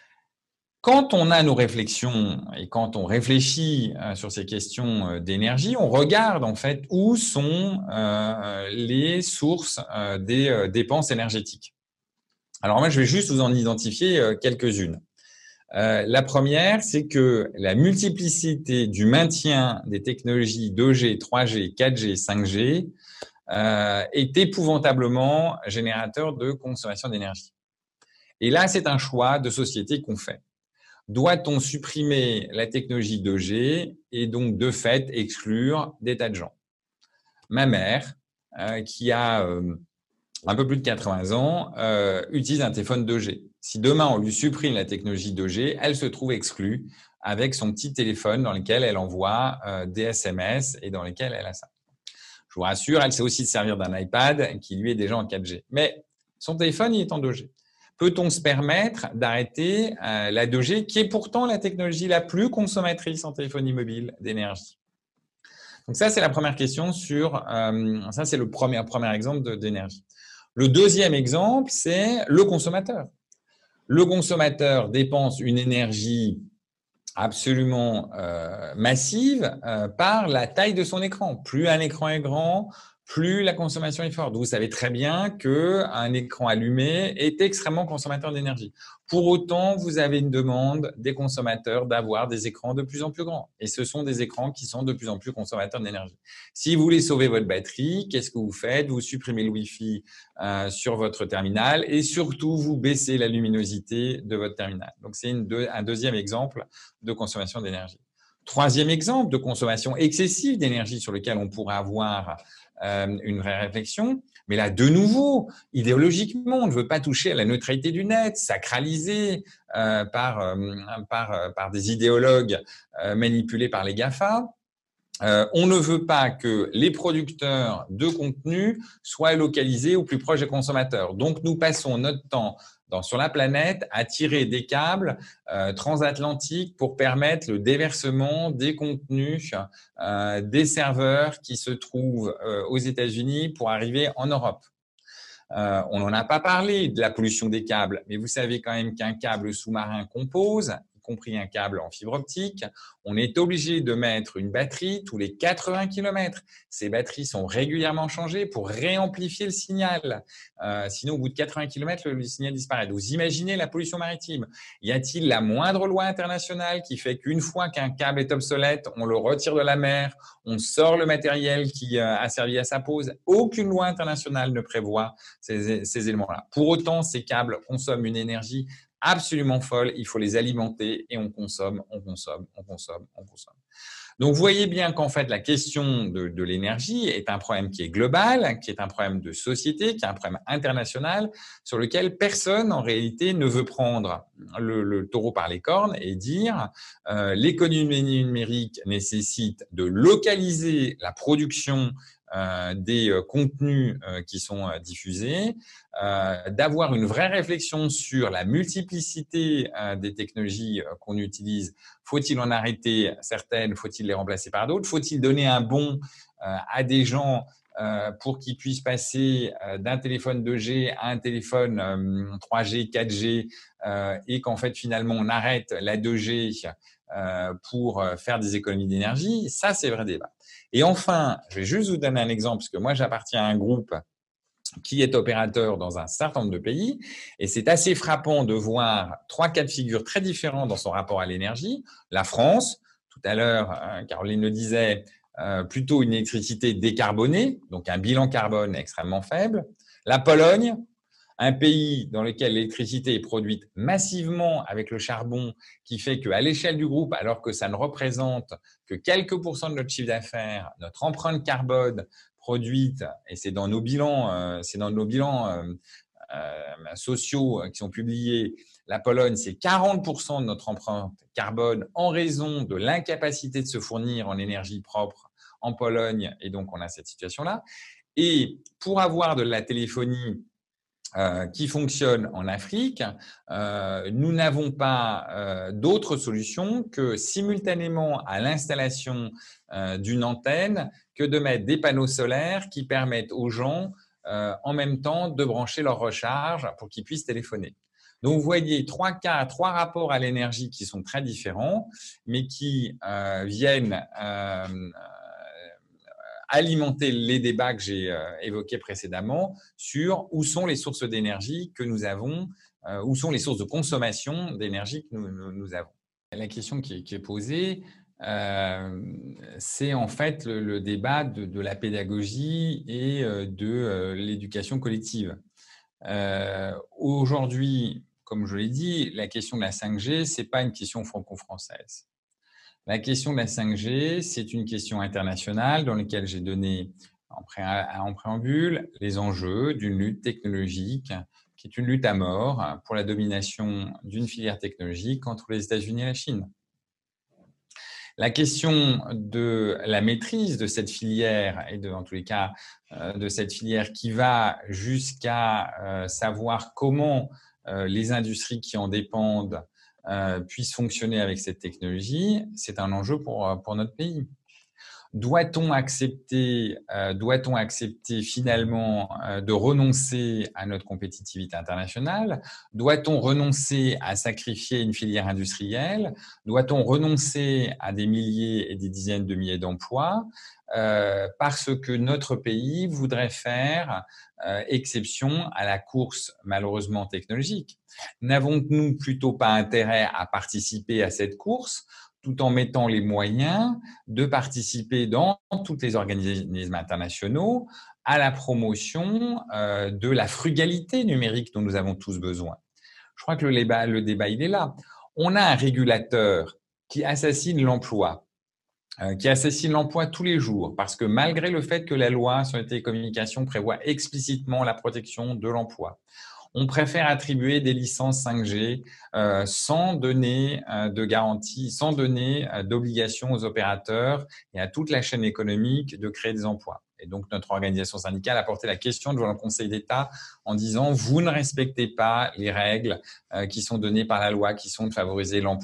S1: Quand on a nos réflexions et quand on réfléchit euh, sur ces questions euh, d'énergie, on regarde en fait où sont euh, les sources euh, des euh, dépenses énergétiques. Alors moi, je vais juste vous en identifier euh, quelques-unes. Euh, la première, c'est que la multiplicité du maintien des technologies deux G, trois G, quatre G, cinq G euh, est épouvantablement générateur de consommation d'énergie. Et là, c'est un choix de société qu'on fait. Doit-on supprimer la technologie deux G et donc de fait exclure des tas de gens? Ma mère, euh, qui a euh, un peu plus de quatre-vingts ans, euh, utilise un téléphone deux G. Si demain on lui supprime la technologie deux G, elle se trouve exclue avec son petit téléphone dans lequel elle envoie euh, des S M S et dans lequel elle a ça. Je vous rassure, elle sait aussi se servir d'un iPad qui lui est déjà en quatre G. Mais son téléphone, il est en deux G. Peut-on se permettre d'arrêter euh, la deux G, qui est pourtant la technologie la plus consommatrice en téléphonie mobile d'énergie? Donc ça, c'est la première question sur, euh, ça c'est le premier, premier exemple d'énergie. Le deuxième exemple, c'est le consommateur. Le consommateur dépense une énergie absolument euh, massive euh, par la taille de son écran. Plus un écran est grand, plus la consommation est forte. Vous savez très bien qu'un écran allumé est extrêmement consommateur d'énergie. Pour autant, vous avez une demande des consommateurs d'avoir des écrans de plus en plus grands. Et ce sont des écrans qui sont de plus en plus consommateurs d'énergie. Si vous voulez sauver votre batterie, qu'est-ce que vous faites? Vous supprimez le Wi-Fi euh, sur votre terminal et surtout, vous baissez la luminosité de votre terminal. Donc, c'est une deux, un deuxième exemple de consommation d'énergie. Troisième exemple de consommation excessive d'énergie sur lequel on pourrait avoir euh, une vraie réflexion. Mais là, de nouveau, idéologiquement, on ne veut pas toucher à la neutralité du net, sacralisée euh, par, euh, par, par des idéologues euh, manipulés par les GAFA. Euh, on ne veut pas que les producteurs de contenu soient localisés au plus proche des consommateurs. Donc, nous passons notre temps dans, sur la planète à tirer des câbles euh, transatlantiques pour permettre le déversement des contenus euh, des serveurs qui se trouvent euh, aux États-Unis pour arriver en Europe. Euh, on n'en a pas parlé de la pollution des câbles, mais vous savez quand même qu'un câble sous-marin compose, y compris un câble en fibre optique. On est obligé de mettre une batterie tous les quatre-vingts kilomètres. Ces batteries sont régulièrement changées pour réamplifier le signal. Euh, sinon, au bout de quatre-vingts kilomètres, le, le signal disparaît. Vous imaginez la pollution maritime. Y a-t-il la moindre loi internationale qui fait qu'une fois qu'un câble est obsolète, on le retire de la mer, on sort le matériel qui euh, a servi à sa pose? Aucune loi internationale ne prévoit ces, ces éléments-là. Pour autant, ces câbles consomment une énergie absolument folle. Il faut les alimenter et on consomme, on consomme, on consomme, on consomme. Donc, vous voyez bien qu'en fait, la question de, de l'énergie est un problème qui est global, qui est un problème de société, qui est un problème international, sur lequel personne, en réalité, ne veut prendre le, le taureau par les cornes et dire euh, l'économie numérique nécessite de localiser la production Euh, des euh, contenus euh, qui sont euh, diffusés, euh, d'avoir une vraie réflexion sur la multiplicité euh, des technologies euh, qu'on utilise. Faut-il en arrêter certaines? Faut-il les remplacer par d'autres? Faut-il donner un bon euh, à des gens euh, pour qu'ils puissent passer euh, d'un téléphone deux G à un téléphone euh, trois G, quatre G euh, et qu'en fait finalement on arrête la deux G euh, pour faire des économies d'énergie? Ça, c'est vrai débat. Et enfin, je vais juste vous donner un exemple, parce que moi, j'appartiens à un groupe qui est opérateur dans un certain nombre de pays, et c'est assez frappant de voir trois cas de figure très différents dans son rapport à l'énergie. La France, tout à l'heure, hein, Caroline le disait, euh, plutôt une électricité décarbonée, donc un bilan carbone extrêmement faible. La Pologne, un pays dans lequel l'électricité est produite massivement avec le charbon, qui fait qu'à l'échelle du groupe, alors que ça ne représente que quelques pourcents de notre chiffre d'affaires, notre empreinte carbone produite, et c'est dans nos bilans, euh, c'est dans nos bilans euh, euh, sociaux qui sont publiés, la Pologne, c'est quarante pour cent de notre empreinte carbone en raison de l'incapacité de se fournir en énergie propre en Pologne, et donc on a cette situation-là. Et pour avoir de la téléphonie euh, qui fonctionne en Afrique, euh, nous n'avons pas euh, d'autre solution que simultanément à l'installation euh, d'une antenne que de mettre des panneaux solaires qui permettent aux gens euh, en même temps de brancher leur recharge pour qu'ils puissent téléphoner. Donc, vous voyez trois cas, trois rapports à l'énergie qui sont très différents, mais qui euh, viennent euh, alimenter les débats que j'ai euh, évoqués précédemment sur où sont les sources d'énergie que nous avons, euh, où sont les sources de consommation d'énergie que nous, nous, nous avons. La question qui est, qui est posée, euh, c'est en fait le, le débat de, de la pédagogie et euh, de euh, l'éducation collective. Euh, aujourd'hui, comme je l'ai dit, la question de la cinq G, c'est pas une question franco-française. La question de la cinq G, c'est une question internationale dans laquelle j'ai donné en, pré en préambule les enjeux d'une lutte technologique qui est une lutte à mort pour la domination d'une filière technologique entre les États-Unis et la Chine. La question de la maîtrise de cette filière et de, en tous les cas, de cette filière qui va jusqu'à savoir comment les industries qui en dépendent Euh, puisse fonctionner avec cette technologie, c'est un enjeu pour, pour notre pays. Doit-on accepter, euh, doit-on accepter finalement euh, de renoncer à notre compétitivité internationale? Doit-on renoncer à sacrifier une filière industrielle? Doit-on renoncer à des milliers et des dizaines de milliers d'emplois euh, parce que notre pays voudrait faire euh, exception à la course malheureusement technologique? N'avons-nous plutôt pas intérêt à participer à cette course tout en mettant les moyens de participer dans tous les organismes internationaux à la promotion euh, de la frugalité numérique dont nous avons tous besoin? Je crois que le débat, le débat, il est là. On a un régulateur qui assassine l'emploi, euh, qui assassine l'emploi tous les jours, parce que malgré le fait que la loi sur les télécommunications prévoit explicitement la protection de l'emploi, on préfère attribuer des licences cinq G euh, sans donner euh, de garantie, sans donner euh, d'obligation aux opérateurs et à toute la chaîne économique de créer des emplois. Et donc, notre organisation syndicale a porté la question devant le Conseil d'État en disant « Vous ne respectez pas les règles euh, qui sont données par la loi, qui sont de favoriser l'emploi ».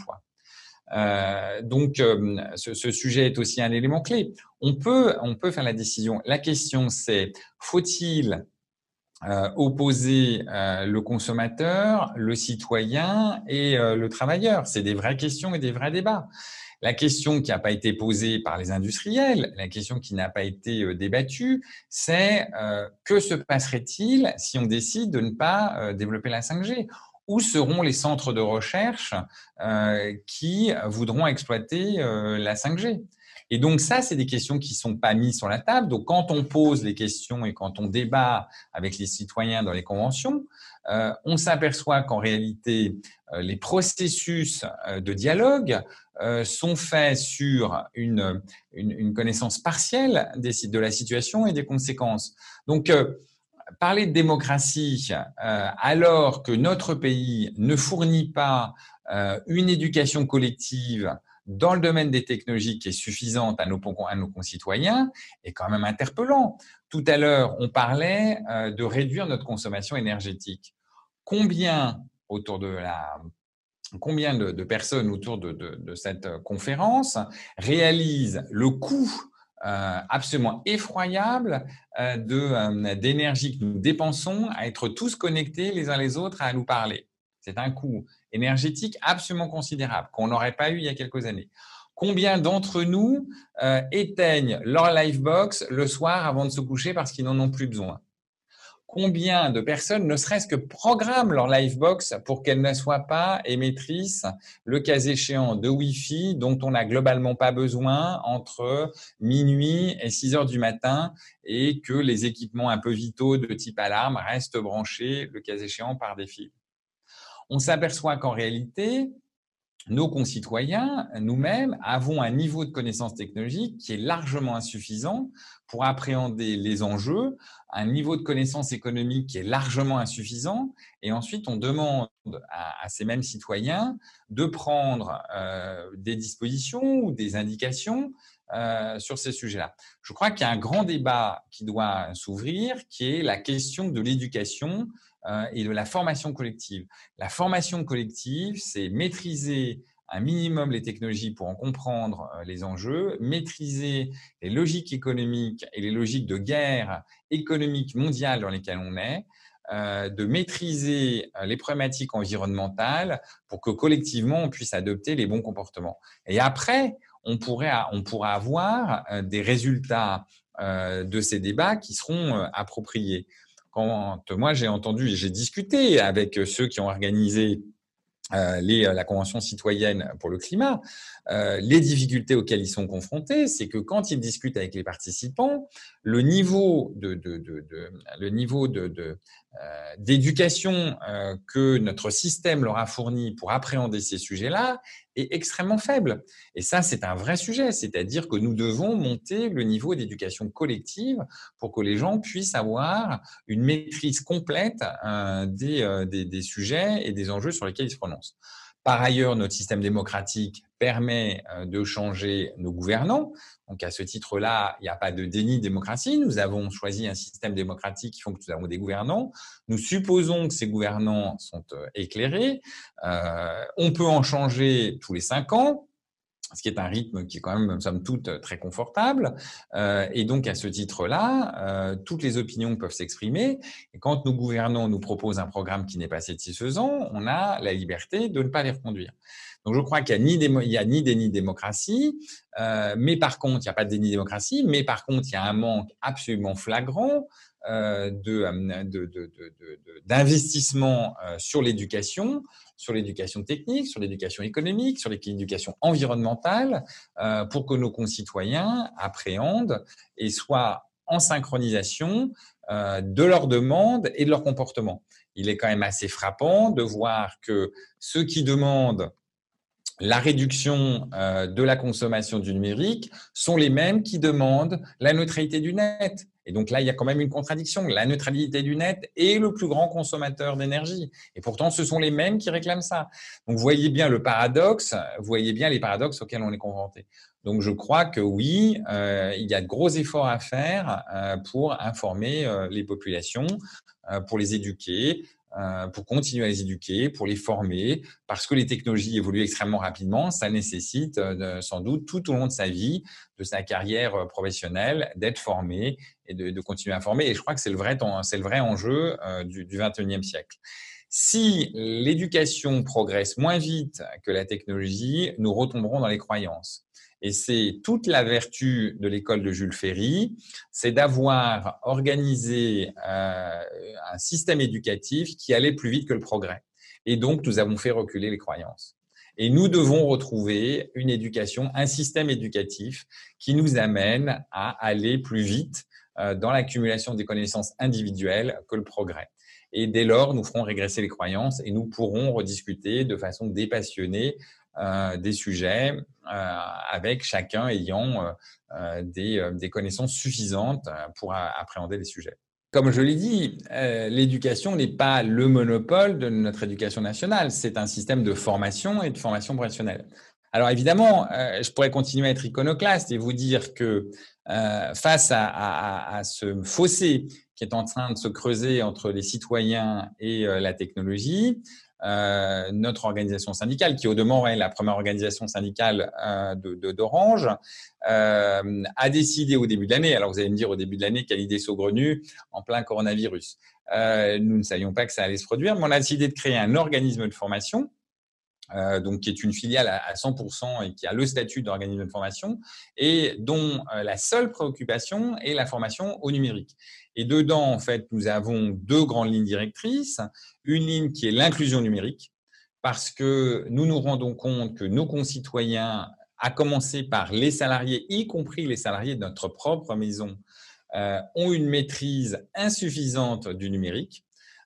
S1: Euh, donc, euh, ce, ce sujet est aussi un élément clé. On peut, on peut faire la décision. La question, c'est faut-il Euh, opposer euh, le consommateur, le citoyen et euh, le travailleur? C'est des vraies questions et des vrais débats. La question qui n'a pas été posée par les industriels, la question qui n'a pas été euh, débattue, c'est euh, que se passerait-il si on décide de ne pas euh, développer la cinq G? Où seront les centres de recherche euh, qui voudront exploiter euh, la cinq G? Et donc ça, c'est des questions qui sont pas mises sur la table. Donc quand on pose les questions et quand on débat avec les citoyens dans les conventions, euh, on s'aperçoit qu'en réalité, euh, les processus euh, de dialogue euh, sont faits sur une, une, une connaissance partielle des, de la situation et des conséquences. Donc euh, parler de démocratie euh, alors que notre pays ne fournit pas euh, une éducation collective dans le domaine des technologies qui est suffisante à nos, à nos concitoyens est quand même interpellant. Tout à l'heure, on parlait euh, de réduire notre consommation énergétique. Combien autour de la combien de, de personnes autour de, de, de cette conférence réalisent le coût euh, absolument effroyable euh, de, euh, d'énergie que nous dépensons à être tous connectés les uns les autres à nous parler? C'est un coût énergétique absolument considérable qu'on n'aurait pas eu il y a quelques années. Combien d'entre nous euh, éteignent leur Livebox le soir avant de se coucher parce qu'ils n'en ont plus besoin? Combien de personnes, ne serait-ce que programment leur Livebox pour qu'elle ne soit pas émettrice, le cas échéant, de Wi-Fi dont on n'a globalement pas besoin entre minuit et six heures du matin et que les équipements un peu vitaux de type alarme restent branchés, le cas échéant, par des fils? On s'aperçoit qu'en réalité, nos concitoyens, nous-mêmes, avons un niveau de connaissance technologique qui est largement insuffisant pour appréhender les enjeux, un niveau de connaissance économique qui est largement insuffisant, et ensuite on demande à, à ces mêmes citoyens de prendre euh, des dispositions ou des indications euh, sur ces sujets-là. Je crois qu'il y a un grand débat qui doit s'ouvrir, qui est la question de l'éducation euh, et de la formation collective. La formation collective, c'est maîtriser un minimum les technologies pour en comprendre les enjeux, maîtriser les logiques économiques et les logiques de guerre économique mondiale dans lesquelles on est, euh, de maîtriser les problématiques environnementales pour que collectivement on puisse adopter les bons comportements. Et après, on pourrait, on pourra avoir des résultats euh, de ces débats qui seront euh, appropriés. Quand moi j'ai entendu et j'ai discuté avec ceux qui ont organisé euh, les, la Convention citoyenne pour le climat, euh, les difficultés auxquelles ils sont confrontés, c'est que quand ils discutent avec les participants, le niveau de, de, de, de le niveau de, de euh, d'éducation euh, que notre système leur a fourni pour appréhender ces sujets-là est extrêmement faible. Et ça, c'est un vrai sujet. C'est-à-dire que nous devons monter le niveau d'éducation collective pour que les gens puissent avoir une maîtrise complète euh, des, euh, des, des sujets et des enjeux sur lesquels ils se prononcent. Par ailleurs, notre système démocratique permet de changer nos gouvernants. Donc, à ce titre-là, il n'y a pas de déni de démocratie. Nous avons choisi un système démocratique qui fait que nous avons des gouvernants. Nous supposons que ces gouvernants sont éclairés. Euh, on peut en changer tous les cinq ans, ce qui est un rythme qui est quand même, somme toute, très confortable. Euh, et donc, à ce titre-là, euh, toutes les opinions peuvent s'exprimer. Et quand nos gouvernants nous proposent un programme qui n'est pas satisfaisant, on a la liberté de ne pas les reconduire. Donc, je crois qu'il n'y a ni, démo- il y a ni déni de démocratie, euh, mais par contre, il n'y a pas de déni de démocratie, mais par contre, il y a un manque absolument flagrant euh, de, de, de, de, de, d'investissement euh, sur l'éducation, sur l'éducation technique, sur l'éducation économique, sur l'éducation environnementale, euh, pour que nos concitoyens appréhendent et soient en synchronisation euh, de leurs demandes et de leurs comportements. Il est quand même assez frappant de voir que ceux qui demandent la réduction euh, de la consommation du numérique sont les mêmes qui demandent la neutralité du net. Et donc là, il y a quand même une contradiction. La neutralité du net est le plus grand consommateur d'énergie. Et pourtant, ce sont les mêmes qui réclament ça. Donc, vous voyez bien le paradoxe, vous voyez bien les paradoxes auxquels on est confronté. Donc, je crois que oui, euh, il y a de gros efforts à faire euh, pour informer euh, les populations, euh, pour les éduquer, euh, pour continuer à les éduquer, pour les former, parce que les technologies évoluent extrêmement rapidement. Ça nécessite euh, sans doute tout au long de sa vie, de sa carrière professionnelle, d'être formé et de, de continuer à former. Et je crois que c'est le vrai, c'est le vrai enjeu euh, du, du vingt et unième siècle. Si l'éducation progresse moins vite que la technologie, nous retomberons dans les croyances. Et c'est toute la vertu de l'école de Jules Ferry, c'est d'avoir organisé euh, un système éducatif qui allait plus vite que le progrès. Et donc, nous avons fait reculer les croyances. Et nous devons retrouver une éducation, un système éducatif qui nous amène à aller plus vite euh, dans l'accumulation des connaissances individuelles que le progrès. Et dès lors, nous ferons régresser les croyances et nous pourrons rediscuter de façon dépassionnée euh, des sujets euh, avec chacun ayant euh, des, des connaissances suffisantes pour appréhender les sujets. Comme je l'ai dit, euh, l'éducation n'est pas le monopole de notre éducation nationale. C'est un système de formation et de formation professionnelle. Alors évidemment, euh, je pourrais continuer à être iconoclaste et vous dire que euh, face à, à, à ce fossé qui est en train de se creuser entre les citoyens et euh, la technologie, euh, notre organisation syndicale, qui au demeurant est la première organisation syndicale euh, de, de, d'Orange, euh, a décidé au début de l'année, alors vous allez me dire au début de l'année, quelle idée saugrenue, en plein coronavirus. Euh, nous ne savions pas que ça allait se produire, mais on a décidé de créer un organisme de formation, Euh, donc qui est une filiale à cent pour cent et qui a le statut d'organisme de formation et dont euh, la seule préoccupation est la formation au numérique. Et dedans, en fait, nous avons deux grandes lignes directrices. Une ligne qui est l'inclusion numérique, parce que nous nous rendons compte que nos concitoyens, à commencer par les salariés, y compris les salariés de notre propre maison, euh, ont une maîtrise insuffisante du numérique.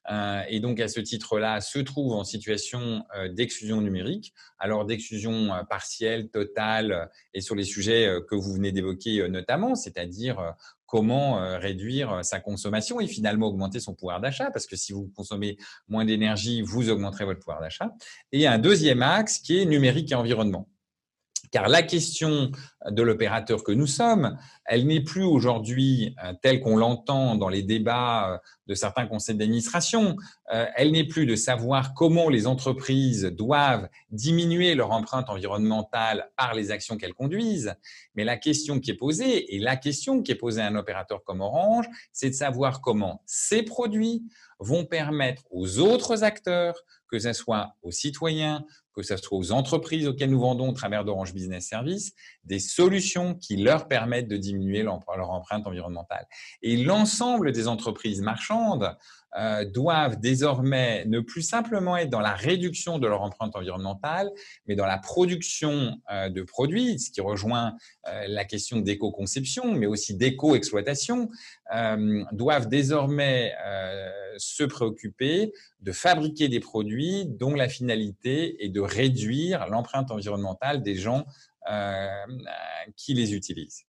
S1: euh, et donc à ce titre-là se trouvent en situation euh, d'exclusion numérique, alors d'exclusion euh, partielle, totale, euh, et sur les sujets euh, que vous venez d'évoquer euh, notamment, c'est-à-dire euh, comment euh, réduire euh, sa consommation et finalement augmenter son pouvoir d'achat, parce que si vous consommez moins d'énergie, vous augmenterez votre pouvoir d'achat. Et un deuxième axe qui est numérique et environnement. Car la question de l'opérateur que nous sommes, elle n'est plus aujourd'hui euh, telle qu'on l'entend dans les débats euh, de certains conseils d'administration. Euh, elle n'est plus de savoir comment les entreprises doivent diminuer leur empreinte environnementale par les actions qu'elles conduisent. Mais la question qui est posée, et la question qui est posée à un opérateur comme Orange, c'est de savoir comment ces produits vont permettre aux autres acteurs, que ce soit aux citoyens, que ce soit aux entreprises auxquelles nous vendons au travers d'Orange Business Services, des solutions qui leur permettent de diminuer leur empreinte environnementale. Et l'ensemble des entreprises marchandes euh, doivent désormais ne plus simplement être dans la réduction de leur empreinte environnementale, mais dans la production euh, de produits, ce qui rejoint euh, la question d'éco-conception, mais aussi d'éco-exploitation, euh, doivent désormais euh, se préoccuper de fabriquer des produits dont la finalité est de réduire l'empreinte environnementale des gens euh, qui les utilisent.